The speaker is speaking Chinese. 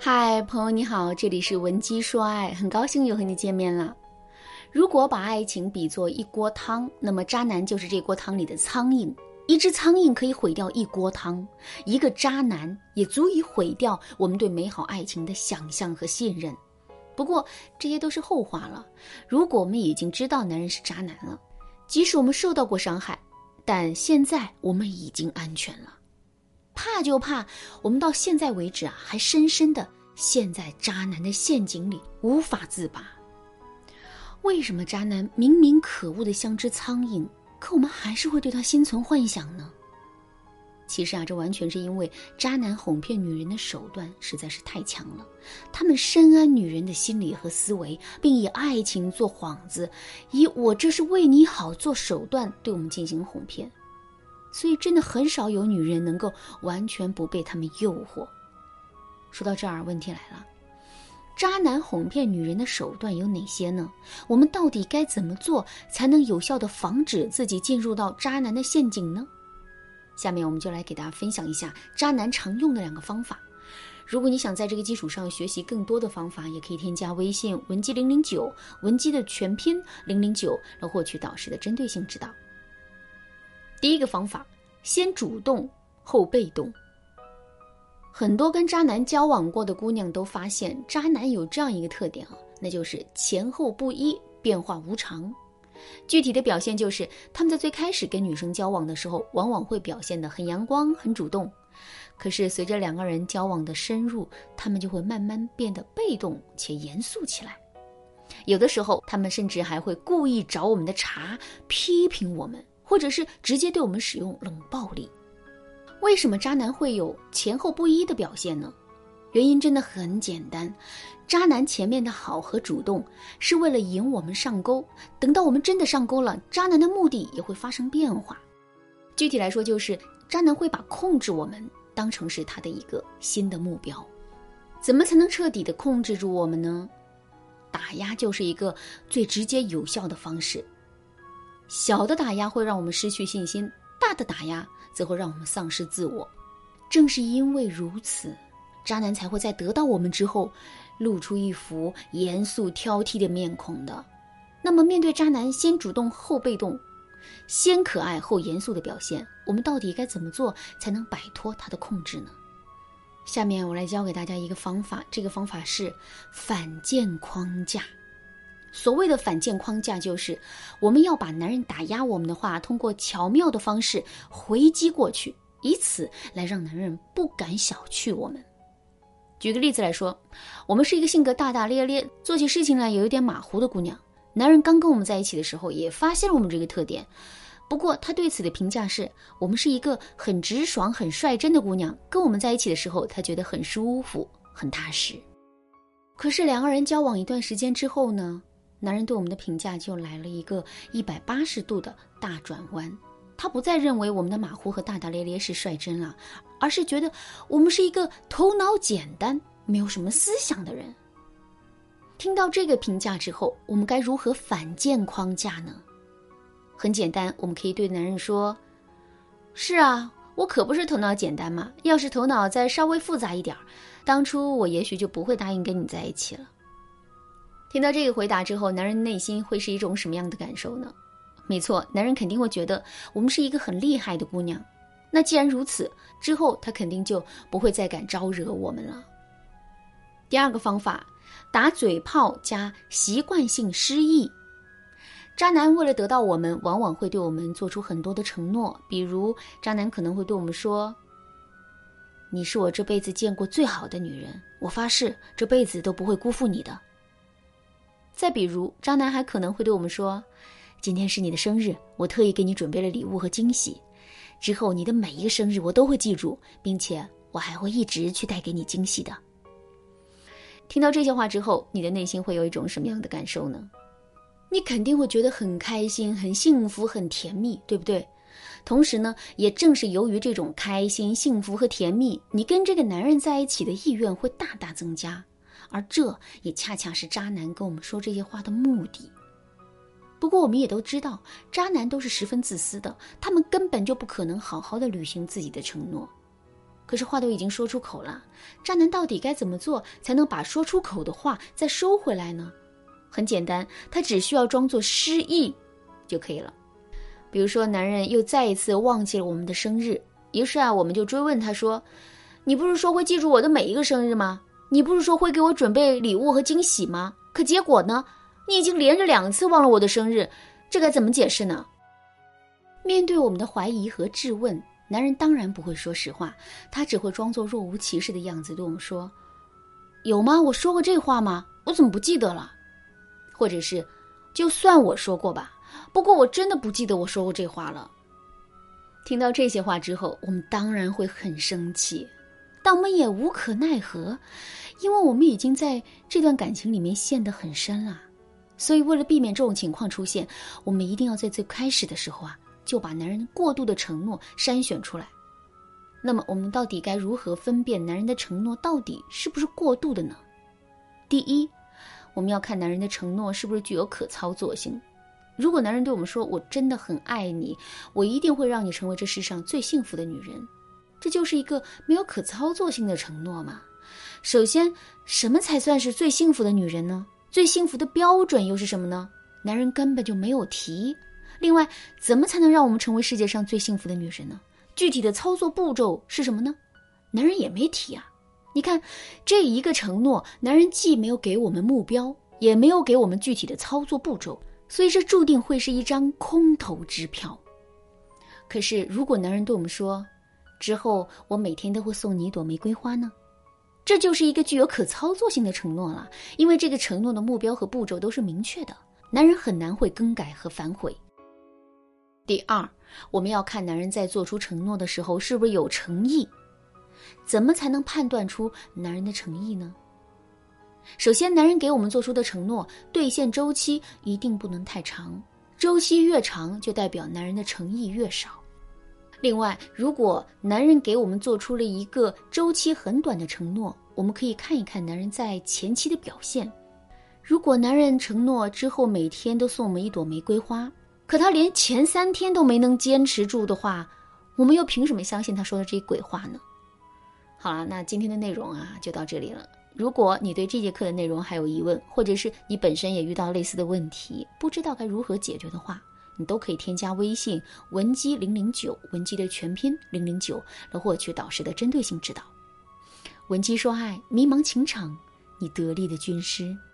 嗨，朋友你好，这里是文姬说爱，很高兴又和你见面了。如果把爱情比作一锅汤，那么渣男就是这锅汤里的苍蝇。一只苍蝇可以毁掉一锅汤，一个渣男也足以毁掉我们对美好爱情的想象和信任。不过这些都是后话了。如果我们已经知道男人是渣男了，即使我们受到过伤害，但现在我们已经安全了。怕就怕我们到现在为止还深深的陷在渣男的陷阱里无法自拔。为什么渣男明明可恶的像只苍蝇，可我们还是会对他心存幻想呢？其实这完全是因为渣男哄骗女人的手段实在是太强了。他们深谙女人的心理和思维，并以爱情做幌子，以我这是为你好做手段对我们进行哄骗。所以真的很少有女人能够完全不被他们诱惑。说到这儿，问题来了，渣男哄骗女人的手段有哪些呢？我们到底该怎么做才能有效地防止自己进入到渣男的陷阱呢？下面我们就来给大家分享一下渣男常用的2个方法。如果你想在这个基础上学习更多的方法，也可以添加微信文姬009，文姬的全拼009，来获取导师的针对性指导。第一个方法，先主动后被动。很多跟渣男交往过的姑娘都发现，渣男有这样一个特点那就是前后不一，变化无常。具体的表现就是他们在最开始跟女生交往的时候，往往会表现得很阳光很主动，可是随着2个人交往的深入，他们就会慢慢变得被动且严肃起来。有的时候他们甚至还会故意找我们的茬，批评我们，或者是直接对我们使用冷暴力。为什么渣男会有前后不一的表现呢？原因真的很简单，渣男前面的好和主动是为了引我们上钩，等到我们真的上钩了，渣男的目的也会发生变化。具体来说，就是渣男会把控制我们当成是他的一个新的目标。怎么才能彻底的控制住我们呢？打压就是一个最直接有效的方式。小的打压会让我们失去信心，大的打压则会让我们丧失自我。正是因为如此，渣男才会在得到我们之后露出一副严肃挑剔的面孔的。那么面对渣男先主动后被动，先可爱后严肃的表现，我们到底该怎么做才能摆脱他的控制呢？下面我来教给大家一个方法，这个方法是反建框架。所谓的反建框架，就是我们要把男人打压我们的话，通过巧妙的方式回击过去，以此来让男人不敢小觑我们。举个例子来说，我们是一个性格大大咧咧，做起事情来有一点马虎的姑娘，男人刚跟我们在一起的时候也发现了我们这个特点，不过他对此的评价是，我们是一个很直爽很率真的姑娘，跟我们在一起的时候他觉得很舒服很踏实。可是2个人交往一段时间之后呢，男人对我们的评价就来了一个180度的大转弯。他不再认为我们的马虎和大大咧咧是率真了，而是觉得我们是一个头脑简单没有什么思想的人。听到这个评价之后，我们该如何反建框架呢？很简单，我们可以对男人说，是啊，我可不是头脑简单嘛，要是头脑再稍微复杂一点，当初我也许就不会答应跟你在一起了。听到这个回答之后，男人内心会是一种什么样的感受呢？没错，男人肯定会觉得我们是一个很厉害的姑娘。那既然如此，之后他肯定就不会再敢招惹我们了。第2个方法，打嘴炮加习惯性失忆。渣男为了得到我们，往往会对我们做出很多的承诺，比如渣男可能会对我们说，你是我这辈子见过最好的女人，我发誓这辈子都不会辜负你的。再比如，渣男还可能会对我们说，今天是你的生日，我特意给你准备了礼物和惊喜，之后你的每一个生日我都会记住，并且我还会一直去带给你惊喜的。听到这些话之后，你的内心会有一种什么样的感受呢？你肯定会觉得很开心很幸福很甜蜜，对不对？同时呢，也正是由于这种开心幸福和甜蜜，你跟这个男人在一起的意愿会大大增加，而这也恰恰是渣男跟我们说这些话的目的。不过我们也都知道，渣男都是十分自私的，他们根本就不可能好好的履行自己的承诺。 可是话都已经说出口了，渣男到底该怎么做才能把说出口的话再收回来呢？很简单，他只需要装作失忆就可以了。比如说男人又再一次忘记了我们的生日，于是我们就追问他说，你不是说会记住我的每一个生日吗？你不是说会给我准备礼物和惊喜吗？可结果呢？你已经连着2次忘了我的生日，这该怎么解释呢？面对我们的怀疑和质问，男人当然不会说实话，他只会装作若无其事的样子对我们说，有吗？我说过这话吗？我怎么不记得了？或者是，就算我说过吧，不过我真的不记得我说过这话了。听到这些话之后，我们当然会很生气，但我们也无可奈何，因为我们已经在这段感情里面陷得很深了。所以为了避免这种情况出现，我们一定要在最开始的时候就把男人过度的承诺筛选出来。那么我们到底该如何分辨男人的承诺到底是不是过度的呢？第一，我们要看男人的承诺是不是具有可操作性。如果男人对我们说，我真的很爱你，我一定会让你成为这世上最幸福的女人，这就是一个没有可操作性的承诺嘛。首先，什么才算是最幸福的女人呢？最幸福的标准又是什么呢？男人根本就没有提。另外，怎么才能让我们成为世界上最幸福的女人呢？具体的操作步骤是什么呢？男人也没提啊。你看，这一个承诺，男人既没有给我们目标，也没有给我们具体的操作步骤，所以这注定会是一张空头支票。可是如果男人对我们说，之后我每天都会送你一朵玫瑰花呢？这就是一个具有可操作性的承诺了，因为这个承诺的目标和步骤都是明确的，男人很难会更改和反悔。第二，我们要看男人在做出承诺的时候是不是有诚意。怎么才能判断出男人的诚意呢？首先，男人给我们做出的承诺兑现周期一定不能太长，周期越长就代表男人的诚意越少。另外，如果男人给我们做出了一个周期很短的承诺，我们可以看一看男人在前期的表现。如果男人承诺之后每天都送我们一朵玫瑰花，可他连前3天都没能坚持住的话，我们又凭什么相信他说的这鬼话呢？好了，那今天的内容就到这里了。如果你对这节课的内容还有疑问，或者是你本身也遇到类似的问题，不知道该如何解决的话，你都可以添加微信文姬009，文姬的全拼009，来获取导师的针对性指导。文姬说爱，迷茫情场，你得力的军师。